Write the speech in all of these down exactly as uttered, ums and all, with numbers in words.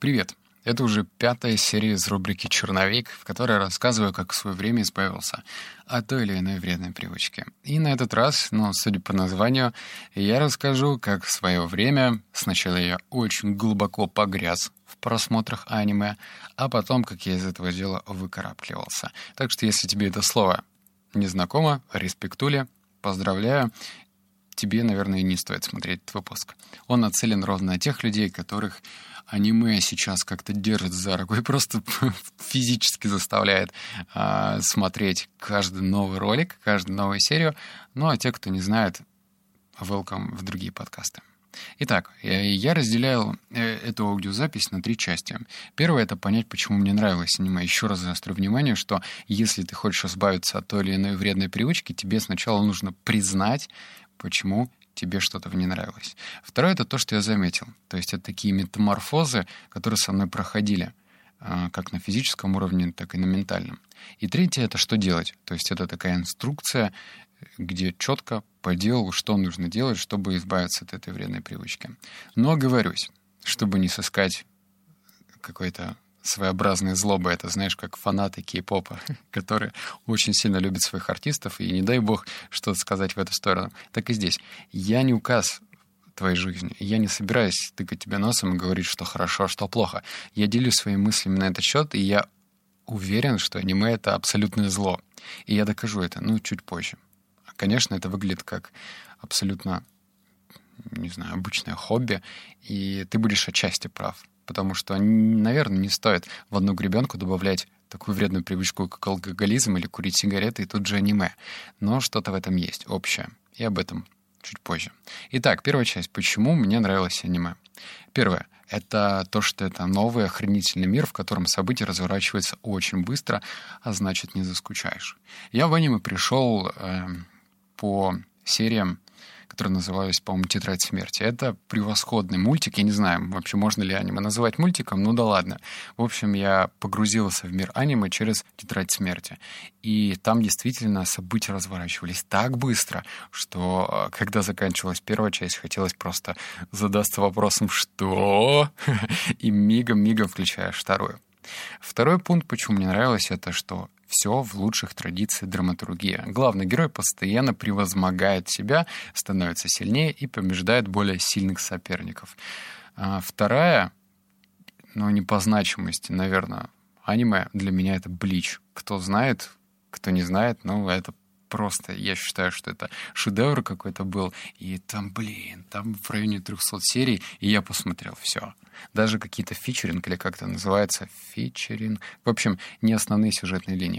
Привет! Это уже пятая серия из рубрики «Черновик», в которой я рассказываю, как в свое время избавился от той или иной вредной привычки. И на этот раз, ну, судя по названию, я расскажу, как в свое время сначала я очень глубоко погряз в просмотрах аниме, а потом, как я из этого дела выкарабкивался. Так что, если тебе это слово не знакомо, респектули, поздравляю. Тебе, наверное, не стоит смотреть этот выпуск. Он нацелен ровно на тех людей, которых аниме сейчас как-то держит за руку и просто физически заставляет а, смотреть каждый новый ролик, каждую новую серию. Ну, а те, кто не знает, welcome в другие подкасты. Итак, я разделяю эту аудиозапись на три части. Первое — это понять, почему мне нравилось аниме. Еще раз заострю внимание, что если ты хочешь избавиться от той или иной вредной привычки, тебе сначала нужно признать, почему тебе что-то в ней нравилось. Второе — это то, что я заметил. То есть это такие метаморфозы, которые со мной проходили, как на физическом уровне, так и на ментальном. И третье — это что делать. То есть это такая инструкция, где четко по делу, что нужно делать, чтобы избавиться от этой вредной привычки. Но оговорюсь, чтобы не сыскать какой-то своеобразной злобы. Это, знаешь, как фанаты кей-попа, которые очень сильно любят своих артистов, и не дай бог что-то сказать в эту сторону. Так и здесь. Я не указ твоей жизни. Я не собираюсь тыкать тебе носом и говорить, что хорошо, а что плохо. Я делюсь своими мыслями на этот счет, и я уверен, что аниме — это абсолютное зло. И я докажу это, ну, чуть позже. Конечно, это выглядит как абсолютно, не знаю, обычное хобби, и ты будешь отчасти прав. Потому что, наверное, не стоит в одну гребенку добавлять такую вредную привычку, как алкоголизм или курить сигареты, и тут же аниме. Но что-то в этом есть общее. И об этом чуть позже. Итак, первая часть. Почему мне нравилось аниме? Первое. Это то, что это новый охренительный мир, в котором события разворачиваются очень быстро, а значит, не заскучаешь. Я в аниме пришел э, по сериям, которые назывались, по-моему, «Тетрадь смерти». Это превосходный мультик. Я не знаю, вообще можно ли аниме называть мультиком, ну да ладно. В общем, я погрузился в мир аниме через «Тетрадь смерти». И там действительно события разворачивались так быстро, что когда заканчивалась первая часть, хотелось просто задаться вопросом «Что?», и мигом-мигом включаешь вторую. Второй пункт, почему мне нравилось, это что все в лучших традициях драматургии. Главный герой постоянно превозмогает себя, становится сильнее и побеждает более сильных соперников. А вторая, ну, не по значимости, наверное, аниме для меня — это Блич. Кто знает, кто не знает, ну, это просто, я считаю, что это шедевр какой-то был. И там, блин, там в районе трехсот серий, и я посмотрел все. Даже какие-то фичеринг, или как это называется, фичеринг. В общем, не основные сюжетные линии.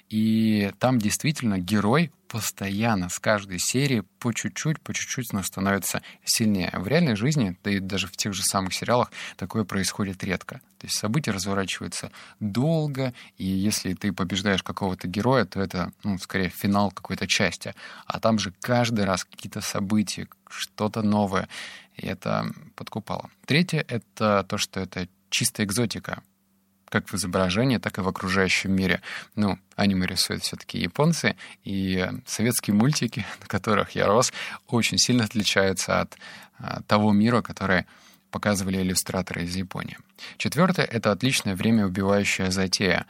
И там действительно герой постоянно с каждой серии по чуть-чуть, по чуть-чуть становится сильнее. В реальной жизни, да и даже в тех же самых сериалах, такое происходит редко. То есть события разворачиваются долго, и если ты побеждаешь какого-то героя, то это, ну, скорее, финал какой-то части. А там же каждый раз какие-то события, что-то новое. И это подкупало. Третье — это то, что это чистая экзотика. Как в изображении, так и в окружающем мире. Ну, аниме рисуют все-таки японцы, и советские мультики, на которых я рос, очень сильно отличаются от а, того мира, который показывали иллюстраторы из Японии. Четвертое — это отличное время убивающая затея.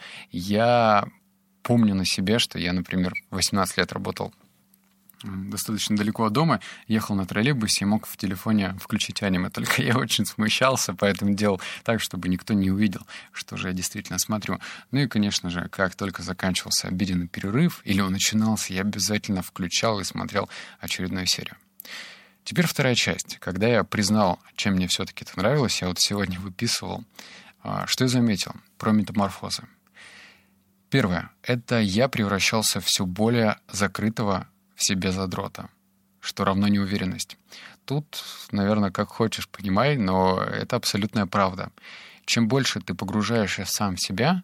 Я помню на себе, что я, например, в восемнадцать лет работал достаточно далеко от дома, ехал на троллейбусе и мог в телефоне включить аниме. Только я очень смущался, поэтому делал так, чтобы никто не увидел, что же я действительно смотрю. Ну и, конечно же, как только заканчивался обеденный перерыв, или он начинался, я обязательно включал и смотрел очередную серию. Теперь вторая часть. Когда я признал, чем мне все-таки это нравилось, я вот сегодня выписывал, что я заметил про метаморфозы. Первое. Это я превращался в все более закрытого в себе задрота, что равно неуверенность. Тут, наверное, как хочешь, понимай, но это абсолютная правда. Чем больше ты погружаешься сам в себя,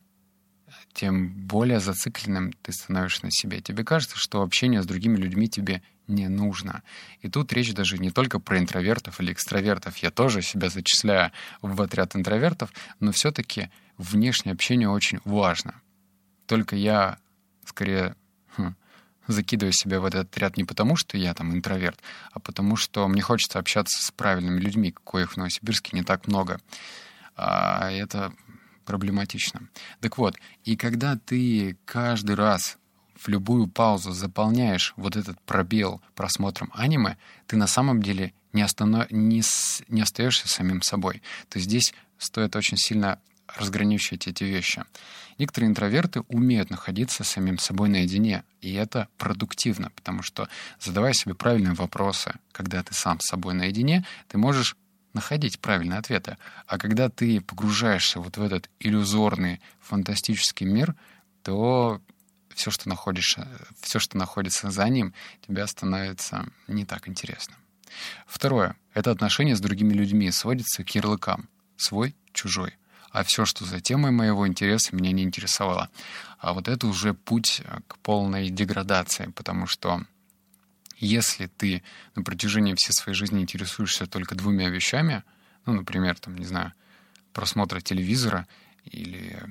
тем более зацикленным ты становишься на себе. Тебе кажется, что общение с другими людьми тебе не нужно. И тут речь даже не только про интровертов или экстравертов. Я тоже себя зачисляю в отряд интровертов, но все-таки внешнее общение очень важно. Только я скорее хм, закидываю себя в этот отряд не потому, что я там интроверт, а потому что мне хочется общаться с правильными людьми, коих в Новосибирске не так много. а это проблематично. Так вот, и когда ты каждый раз в любую паузу заполняешь вот этот пробел просмотром аниме, ты на самом деле не, останов... не, с... не остаешься самим собой. То есть здесь стоит очень сильно разграничивать эти вещи. Некоторые интроверты умеют находиться с самим собой наедине, и это продуктивно, потому что, задавая себе правильные вопросы, когда ты сам с собой наедине, ты можешь находить правильные ответы. А когда ты погружаешься вот в этот иллюзорный, фантастический мир, то все, что находишься, все, что находится за ним, тебе становится не так интересно. Второе. Это отношение с другими людьми сводится к ярлыкам. Свой, чужой. А все, что за темой моего интереса, меня не интересовало. А вот это уже путь к полной деградации, потому что если ты на протяжении всей своей жизни интересуешься только двумя вещами, ну, например, там, не знаю, просмотра телевизора или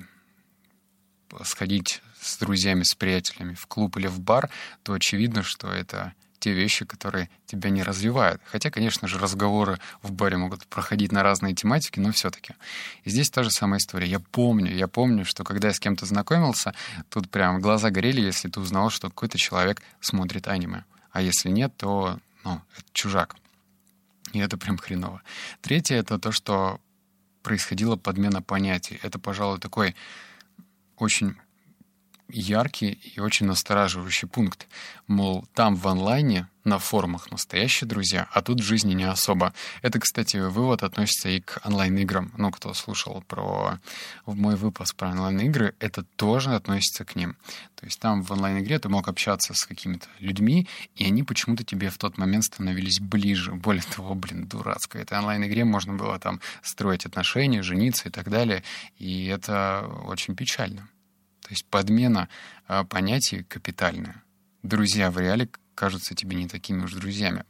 сходить с друзьями, с приятелями в клуб или в бар, то очевидно, что это те вещи, которые тебя не развивают. Хотя, конечно же, разговоры в баре могут проходить на разные тематики, но все-таки. И здесь та же самая история. Я помню, я помню, что когда я с кем-то знакомился, тут прям глаза горели, если ты узнал, что какой-то человек смотрит аниме. А если нет, то, ну, это чужак. И это прям хреново. Третье — это то, что происходила подмена понятий. Это, пожалуй, такой очень яркий и очень настораживающий пункт. Мол, там в онлайне, на форумах настоящие друзья, а тут в жизни не особо. Это, кстати, вывод относится и к онлайн-играм. Ну, кто слушал про мой выпуск про онлайн-игры, это тоже относится к ним. То есть там в онлайн-игре ты мог общаться с какими-то людьми, и они почему-то тебе в тот момент становились ближе. Более того, блин, дурацко. В этой онлайн-игре можно было там строить отношения, жениться и так далее. И это очень печально. То есть подмена э, понятий капитальная. Друзья в реале кажутся тебе не такими уж друзьями.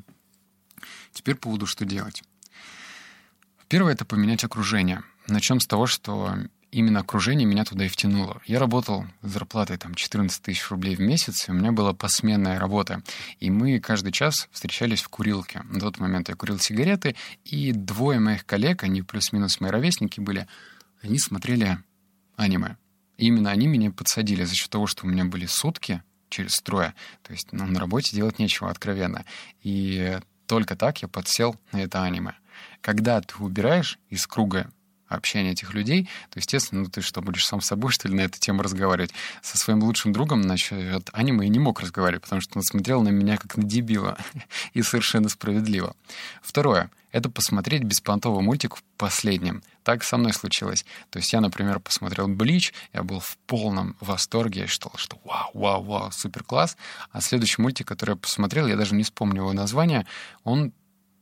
Теперь по поводу, что делать. Первое — это поменять окружение. Начнем с того, что именно окружение меня туда и втянуло. Я работал с зарплатой там, четырнадцать тысяч рублей в месяц, и у меня была посменная работа. И мы каждый час встречались в курилке. На тот момент я курил сигареты, и двое моих коллег, они плюс-минус мои ровесники были, они смотрели аниме. И именно они меня подсадили за счет того, что у меня были сутки через трое. То есть ну, на работе делать нечего, откровенно. И только так я подсел на это аниме. Когда ты убираешь из круга общения этих людей, то, естественно, ну ты что, будешь сам с собой, что ли, на эту тему разговаривать? Со своим лучшим другом насчет аниме я не мог разговаривать, потому что он смотрел на меня как на дебила. И совершенно справедливо. Второе. Это посмотреть беспонтовый мультик в последнем. Так со мной случилось. То есть я, например, посмотрел «Блич», я был в полном восторге, я считал, что вау, вау, вау, супер класс. А следующий мультик, который я посмотрел, я даже не вспомню его название, он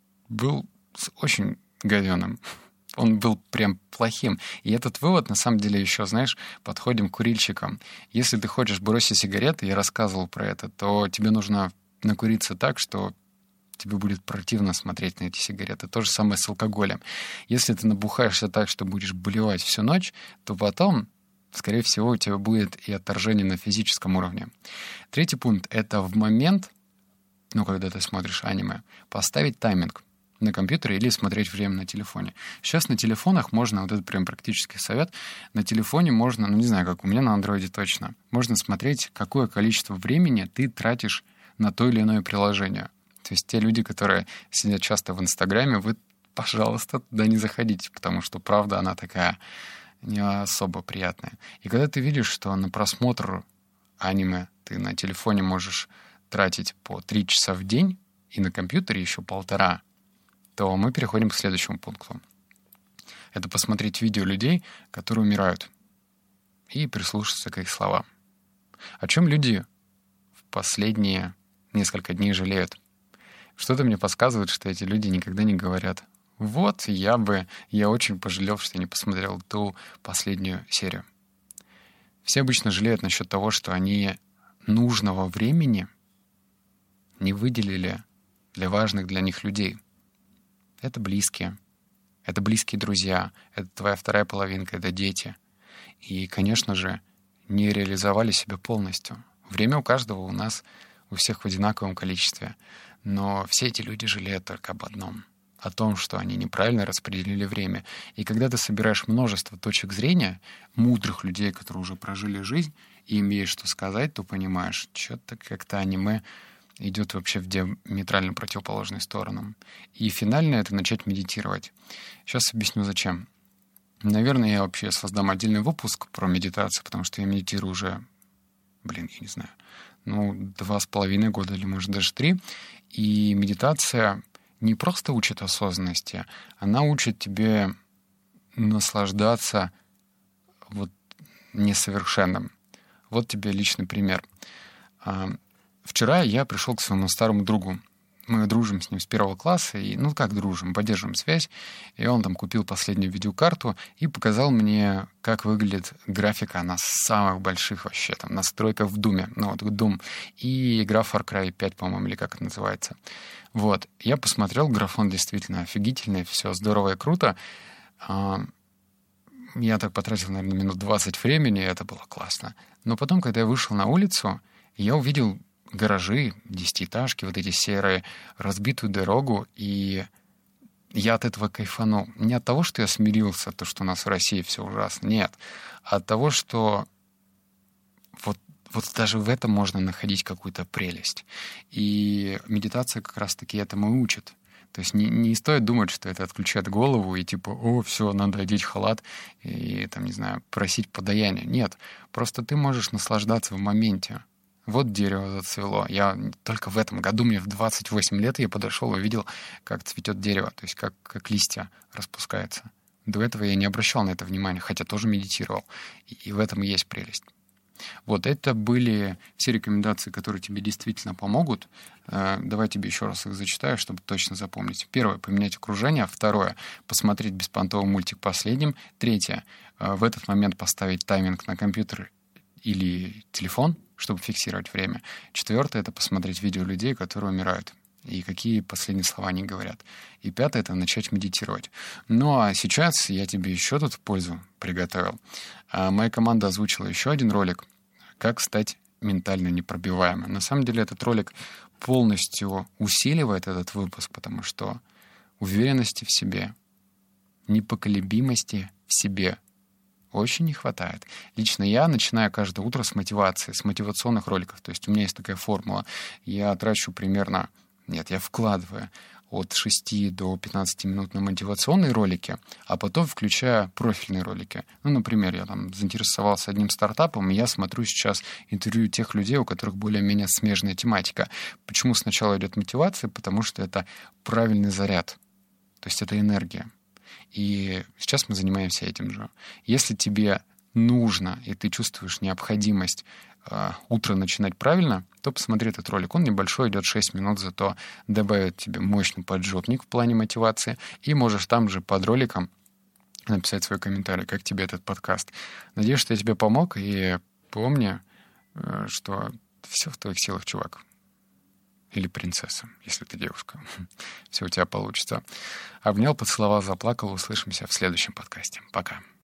был очень говёным. Он был прям плохим. И этот вывод, на самом деле, еще, знаешь, подходим к курильщикам. Если ты хочешь бросить сигареты, я рассказывал про это, то тебе нужно накуриться так, что тебе будет противно смотреть на эти сигареты. То же самое с алкоголем. Если ты набухаешься так, что будешь блевать всю ночь, то потом, скорее всего, у тебя будет и отторжение на физическом уровне. Третий пункт — это в момент, ну, когда ты смотришь аниме, поставить тайминг на компьютере или смотреть время на телефоне. Сейчас на телефонах можно, вот это прям практический совет, на телефоне можно, ну, не знаю, как у меня на андроиде точно, можно смотреть, какое количество времени ты тратишь на то или иное приложение. То есть те люди, которые сидят часто в Инстаграме, вы, пожалуйста, туда не заходите, потому что, правда, она такая не особо приятная. И когда ты видишь, что на просмотр аниме ты на телефоне можешь тратить по три часа в день и на компьютере еще полтора, то мы переходим к следующему пункту. Это посмотреть видео людей, которые умирают, и прислушаться к их словам. О чем люди в последние несколько дней жалеют? Что-то мне подсказывает, что эти люди никогда не говорят: вот, я бы, я очень пожалел, что я не посмотрел ту последнюю серию. Все обычно жалеют насчет того, что они нужного времени не выделили для важных для них людей. Это близкие, это близкие друзья, это твоя вторая половинка, это дети. И, конечно же, не реализовали себя полностью. Время у каждого, у нас, у всех в одинаковом количестве. Но все эти люди жалеют только об одном. о том, что они неправильно распределили время. И когда ты собираешь множество точек зрения, мудрых людей, которые уже прожили жизнь, и имеешь что сказать, то понимаешь, что-то как-то аниме идет вообще в диаметрально противоположную сторону. И финально это начать медитировать. Сейчас объясню, зачем. Наверное, я вообще создам отдельный выпуск про медитацию, потому что я медитирую уже, блин, я не знаю, ну, два с половиной года или, может, даже три. И медитация не просто учит осознанности, она учит тебе наслаждаться вот несовершенным. Вот тебе личный пример. Вчера я пришел к своему старому другу. Мы дружим с ним с первого класса, и, ну, как дружим, поддерживаем связь. И он там купил последнюю видеокарту и показал мне, как выглядит графика на самых больших вообще там настройках в Думе. Ну, вот Doom. И игра Far Cry пять, по-моему, или как это называется. Вот. Я посмотрел, графон действительно офигительный, все здорово и круто. Я так потратил, наверное, минут двадцать времени, и это было классно. Но потом, когда я вышел на улицу, я увидел гаражи, десятиэтажки, вот эти серые, разбитую дорогу, и я от этого кайфанул. Не от того, что я смирился, то, что у нас в России все ужасно, нет. А от того, что вот, вот даже в этом можно находить какую-то прелесть. И медитация как раз-таки этому и учит. То есть не, не стоит думать, что это отключает голову и типа, о, все, надо одеть халат и, там, не знаю, просить подаяния. Нет, просто ты можешь наслаждаться в моменте. Вот дерево зацвело. Я только в этом году, мне в двадцать восемь лет, я подошел и увидел, как цветет дерево, то есть как, как листья распускаются. До этого я не обращал на это внимания, хотя тоже медитировал. И, и в этом и есть прелесть. Вот это были все рекомендации, которые тебе действительно помогут. Давай тебе еще раз их зачитаю, чтобы точно запомнить. Первое — поменять окружение. Второе — посмотреть беспонтовый мультик последним. Третье — в этот момент поставить тайминг на компьютер или телефон, чтобы фиксировать время. Четвертое — это посмотреть видео людей, которые умирают, и какие последние слова они говорят. И пятое — это начать медитировать. Ну а сейчас я тебе еще тут в пользу приготовил. Моя команда озвучила еще один ролик «Как стать ментально непробиваемым». На самом деле этот ролик полностью усиливает этот выпуск, потому что уверенности в себе, непоколебимости в себе очень не хватает. Лично я начинаю каждое утро с мотивации, с мотивационных роликов. То есть у меня есть такая формула. Я трачу примерно... Нет, я вкладываю от шести до пятнадцати минут на мотивационные ролики, а потом включаю профильные ролики. Ну, например, я там заинтересовался одним стартапом, и я смотрю сейчас интервью тех людей, у которых более-менее смежная тематика. Почему сначала идет мотивация? Потому что это правильный заряд. То есть это энергия. И сейчас мы занимаемся этим же. Если тебе нужно, и ты чувствуешь необходимость э, утро начинать правильно, то посмотри этот ролик. Он небольшой, идет шесть минут, зато добавит тебе мощный поджопник в плане мотивации. И можешь там же под роликом написать свой комментарий, как тебе этот подкаст. Надеюсь, что я тебе помог. И помни, э, что все в твоих силах, чувак. Или принцесса, если ты девушка. Все у тебя получится. Обнял, поцеловал, заплакал. Услышимся в следующем подкасте. Пока.